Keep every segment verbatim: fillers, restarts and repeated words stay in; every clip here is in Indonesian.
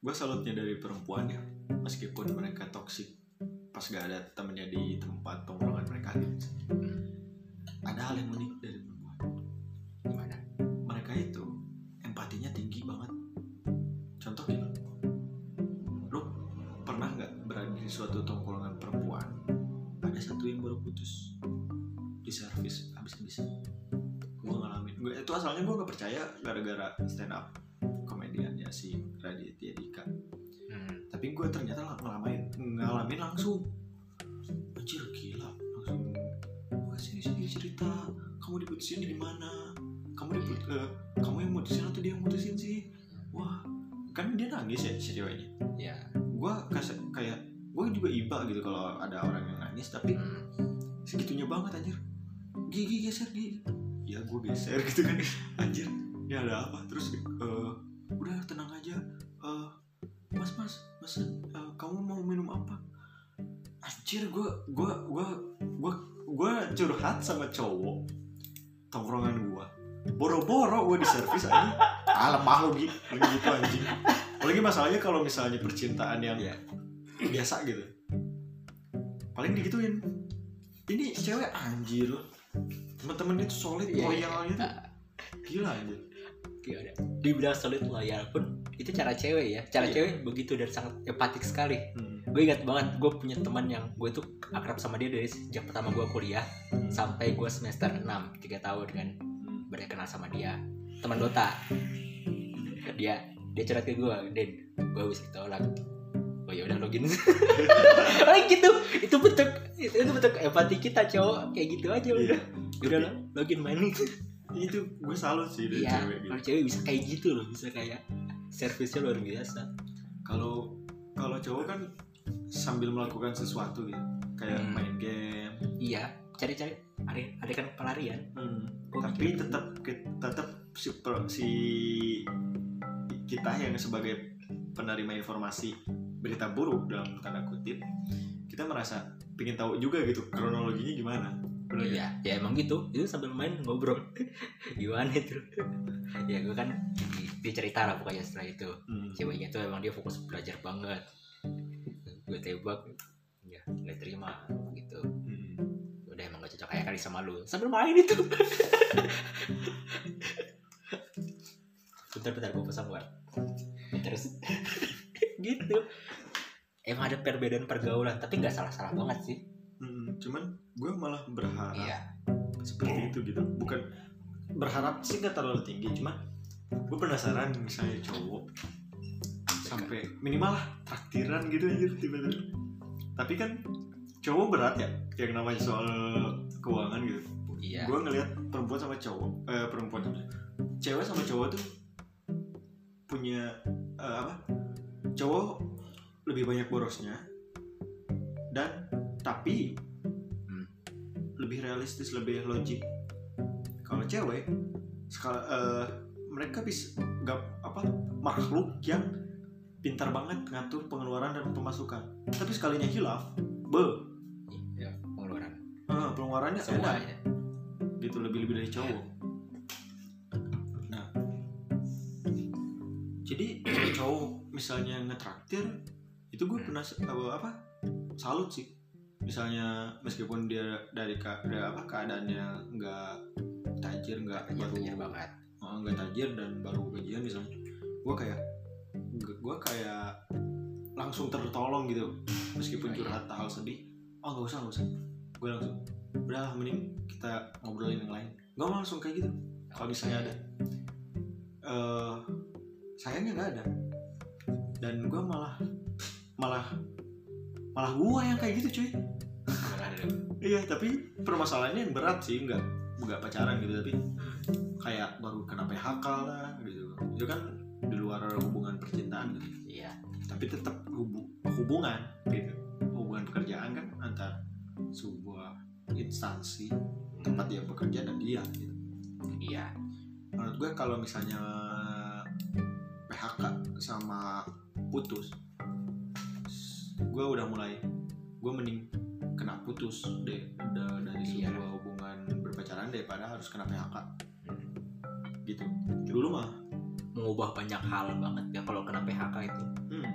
gue salutnya dari perempuan ya, meskipun mereka toksik pas gak ada temennya di tempat tongkrongan mereka gitu. Ada hal yang unik dari perempuan. Gimana? Mereka itu empatinya tinggi banget. Contoh gitu, lu pernah nggak berada di suatu tongkrongan perempuan, ada satu yang baru putus di servis habis-habisan. Gue ngalamin, gue itu asalnya gue nggak percaya gara-gara stand up komediannya si Raditya Dika. Hmm. Tapi gue ternyata ngalamin, ngalamin langsung. Anjir gila, langsung gue sini-sini cerita, kamu diputusin di mana? Kamu diput, uh, kamu yang mutusin atau dia yang mutusin sih? Wah, kan dia nangis ya si ceweknya. Ya. Gue kasih kayak, gue juga iba gitu kalau ada orang yang nangis, tapi hmm. segitunya banget anjir. Gigi geser gigi. Ya gue geser gitu kan. Anjir, ini ada apa? Terus uh, udah tenang aja. Uh, mas mas mas, uh, kamu mau minum apa? Anjir, gue gue gue gue gue curhat sama cowok tongkrongan gue. Boro-boro gue di servis aja. Ah lemah lo gitu, gitu anjing. Apalagi masalahnya kalau misalnya percintaan yang yeah. biasa gitu, paling digituin. Ini cewek anjir, teman-teman itu solid, yeah, loyal gitu. Uh, Gila aja. Gila. Dibilang solid loyal pun itu cara cewek ya. Cara yeah. cewek begitu dan sangat empatik sekali. Hmm. Gue ingat banget, gue punya teman yang gue tuh akrab sama dia dari sejak pertama gue kuliah hmm. sampai gue semester enam, tiga tahun kan. Baru kenal sama dia, teman Dota. Dia dia curhat ke gue, Den, gue bisa ditolak. Oh ya udah login. Oh gitu, itu bentuk itu, itu bentuk empati kita cowok, kayak gitu aja udah. Yeah. Udah lo login main. Itu gue salut sih dari ya, cewek gitu. Kalau cewek bisa kayak gitu loh, bisa kayak servisnya luar biasa. Kalau kalau cowok kan sambil melakukan sesuatu gitu, kayak hmm. main game. Iya, cari-cari ada ada kan pelarian. Hmm. Tapi tetap tetap si, si kita yang sebagai penerima informasi berita buruk dalam tanda kutip, kita merasa pengen tahu juga gitu kronologinya gimana. Bener iya, ya? Ya emang gitu. Itu sambil main ngobrol. Gimana itu? Ya gue kan dia cerita lah pokoknya setelah itu. Hmm. Ceweknya tuh emang dia fokus belajar banget. Gue tebak ya nggak terima gitu. Hmm. Udah emang gak cocok kayak kali sama lu. Sambil main itu. Bentar-bentar gue pesan buat. Terus gitu. Emang ada perbedaan pergaulan, tapi nggak salah-salah banget sih. Hmm, cuman gue malah berharap iya. seperti itu gitu. Bukan berharap sih nggak terlalu tinggi, cuman gue penasaran misalnya cowok sampai minimal lah traktiran gitu aja tiba-tiba. Tapi kan cowok berat ya, yang namanya soal keuangan gitu. Iya. Gue ngelihat perempuan sama cowok, eh, perempuan sama cewek sama cowok tuh punya uh, apa? Cowok lebih banyak borosnya dan tapi hmm. lebih realistis, lebih logik. Kalau cewek, skala, uh, mereka bisa gak apa makhluk yang pintar banget ngatur pengeluaran dan pemasukan. Tapi sekalinya hilaf, be, ya, pengeluaran. Uh, pengeluarannya semua ya. Gitu lebih-lebih dari cowok. Nah, jadi kalau cowok misalnya ngetraktir, itu gue pernah apa salut sih. Misalnya meskipun dia dari dari apa keadaannya nggak tajir, nggak baru tajir banget, nggak tajir dan baru gajian misalnya, gue kayak gue kayak langsung tertolong gitu. Meskipun curhat hal sedih, oh nggak usah nggak usah, gue langsung udah mending kita ngobrolin yang lain. Gue langsung kayak gitu. Kalau misalnya ada, uh, sayangnya nggak ada, dan gue malah malah malah gue yang kayak gitu cuy. Iya, tapi permasalahannya yang berat sih, nggak nggak pacaran gitu, tapi kayak baru kena P H K lah gitu. Itu kan di luar hubungan percintaan gitu. Iya. Tapi tetap hubu- hubungan gitu, hubungan pekerjaan kan antar sebuah instansi tempat dia bekerja dan dia gitu. Iya. Menurut gue kalau misalnya P H K sama putus, gue udah mulai gue mending kena putus deh dari sebuah iya. hubungan berpacaran daripada harus kena P H K. Hmm. Gitu. Dulu mah mengubah banyak hal banget ya kalau kena P H K itu. Hmm.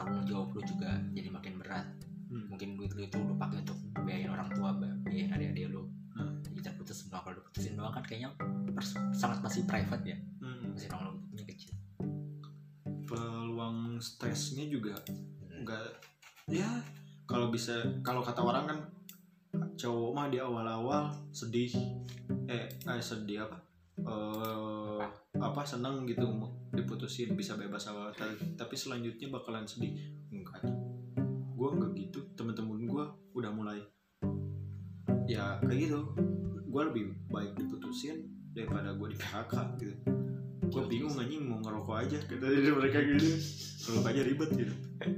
tanggung jawab lu juga jadi makin berat. hmm. Mungkin duit lu itu lu pakai untuk biayain orang tua, biayain adik-adik lu. hmm. Jadi terputus semua. Kalau diputusin doang kan kayaknya pers- sangat masih private ya. hmm. Masih orang punya kecil. Peluang stresnya juga enggak hmm. ya kalau bisa, kalau kata orang kan cowok mah di awal-awal sedih eh, eh sedih apa uh, apa seneng gitu diputusin bisa bebas awal, tapi selanjutnya bakalan sedih. Enggak, gue enggak gitu. Temen-temen gue udah mulai ya kayak gitu. Gue lebih baik diputusin daripada gue di P H K gitu. Gue bingung anjing mau ngerokok aja kata dari mereka gitu. Ngerokok aja ribet gitu.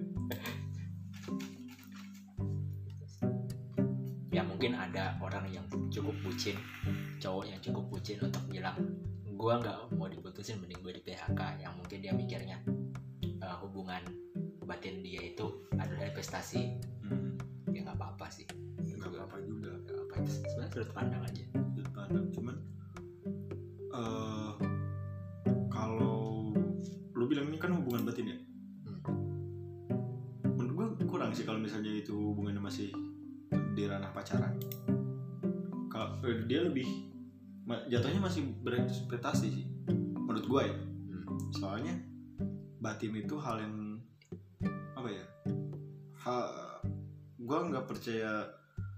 Ya mungkin ada orang yang cukup bucin, cowok yang cukup bucin untuk bilang gue nggak mau diputusin, mending gue di P H K. Yang mungkin dia mikirnya uh, hubungan batin dia itu adalah investasi. hmm. Ya nggak apa-apa sih, nggak apa-apa juga. Nggak apa, sebenarnya sudut pandang aja. Sudut pandang, cuman uh, kalau lu bilang ini kan hubungan batin ya. hmm. Menurut gue kurang sih kalau misalnya itu hubungannya masih di ranah pacaran. Kalau eh, dia lebih jatuhnya masih berekspektasi sih menurut gue ya. hmm. Soalnya batin itu hal yang apa ya, hal gue nggak percaya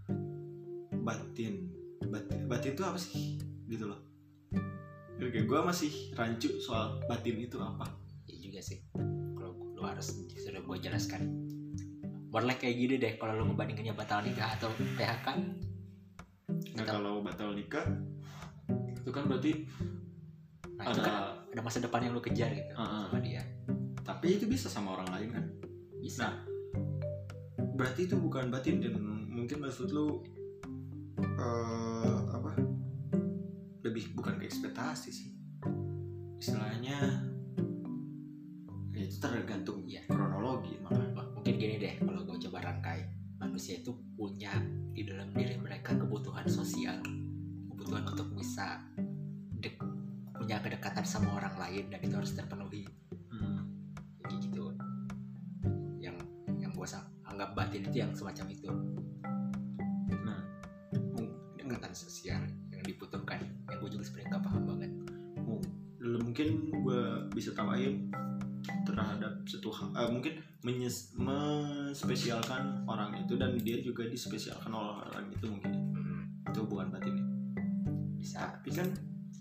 batin. batin batin itu apa sih gitu loh. Oke, gue masih rancu soal batin itu apa. Iya juga sih, kalau lu harus sudah gue jelaskan. Boleh kayak gini deh, kalau lu ngebandinginnya batal nikah atau P H K. Nah atau... kalau batal nikah itu kan berarti nah, ada kan ada masa depan yang lu kejar gitu uh-uh. sama dia. Tapi itu bisa sama orang lain kan? Bisa. Nah, berarti itu bukan batin, dan mungkin maksud lu uh, apa? Lebih bukan ke ekspektasi sih. Istilahnya ya itu tergantung ya kronologi. Makanya mungkin gini deh, kalau gue coba rangkai, manusia itu punya di dalam diri mereka kebutuhan sosial, kebutuhan untuk bisa de- punya kedekatan sama orang lain, dan itu harus terpenuhi. hmm. Jadi gitu. Yang yang gue anggap batin itu yang semacam itu. Nah, kedekatan sosial yang dibutuhkan, yang gue juga sebenarnya nggak paham banget. Oh, mungkin gue bisa tambahin terhadap satu hal, uh, mungkin menyes- menspesialkan orang itu dan dia juga dispesialkan oleh orang itu mungkin. hmm. Itu hubungan batin ya. Bisa. Tapi kan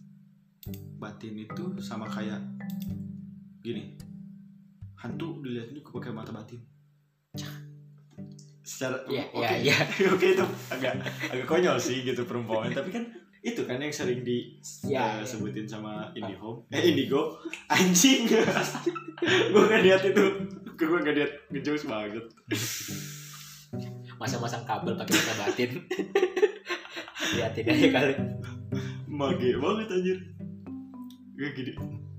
batin itu sama kayak gini, hantu dilihatnya pakai mata batin. Secara ya, oke okay. ya, ya. Oke itu agak agak konyol sih gitu perumpamaan, tapi kan itu kan yang sering disebutin ya, uh, ya. sama IndiHome, eh Indigo, anjing. Gue nggak lihat itu, gue nggak lihat, ngejauh banget. Masang-masang kabel pakai mata batin. Lihatin aja kali. Mage banget anjir. Gak gini.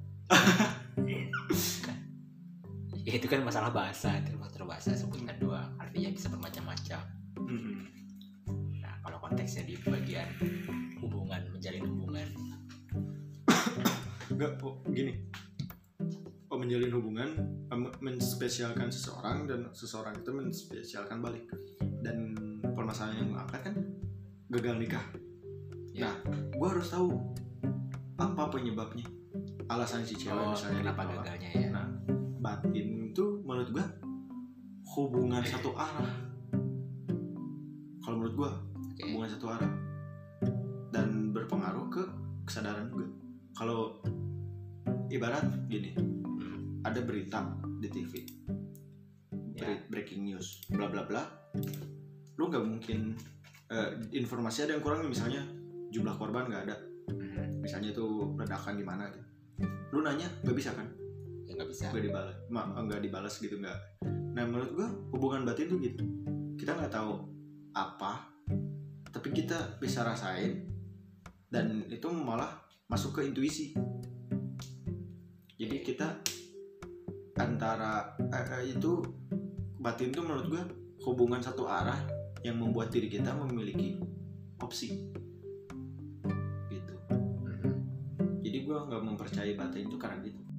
Ya itu kan masalah bahasa, itu masalah bahasa, sebutkan doang, artinya bisa bermacam-macam. Mm-hmm. Nah kalau konteksnya di bagian hubungan, menjalin hubungan, nggak, oh, gini, oh menjalin hubungan, menspesialkan seseorang dan seseorang itu menspesialkan balik. Dan permasalahan yang angkat kan gagal nikah. Ya. Nah, gue harus tahu apa penyebabnya, alasan si cewek oh, misalnya kenapa gagalnya ya. Nah, batin itu menurut gue hubungan satu arah. Kalau menurut gue okay. hubungan satu arah dan berpengaruh ke kesadaran juga. Kalau ibarat gini, hmm. ada berita di T V, yeah. breaking news, bla bla bla, lu nggak mungkin uh, informasi ada yang kurang, misalnya jumlah korban nggak ada, hmm. misalnya itu ledakan di mana gitu, lu nanya nggak bisa kan? Ya nggak bisa. Nggak dibalas, Ma- nggak dibalas gitu nggak. Nah menurut gua hubungan batin tuh gitu, kita nggak tahu apa, tapi kita bisa rasain dan itu malah masuk ke intuisi. Jadi kita antara eh, itu batin tuh menurut gua hubungan satu arah yang membuat diri kita memiliki opsi gitu. Mm-hmm. Jadi gue nggak mempercayai batin itu karena gitu.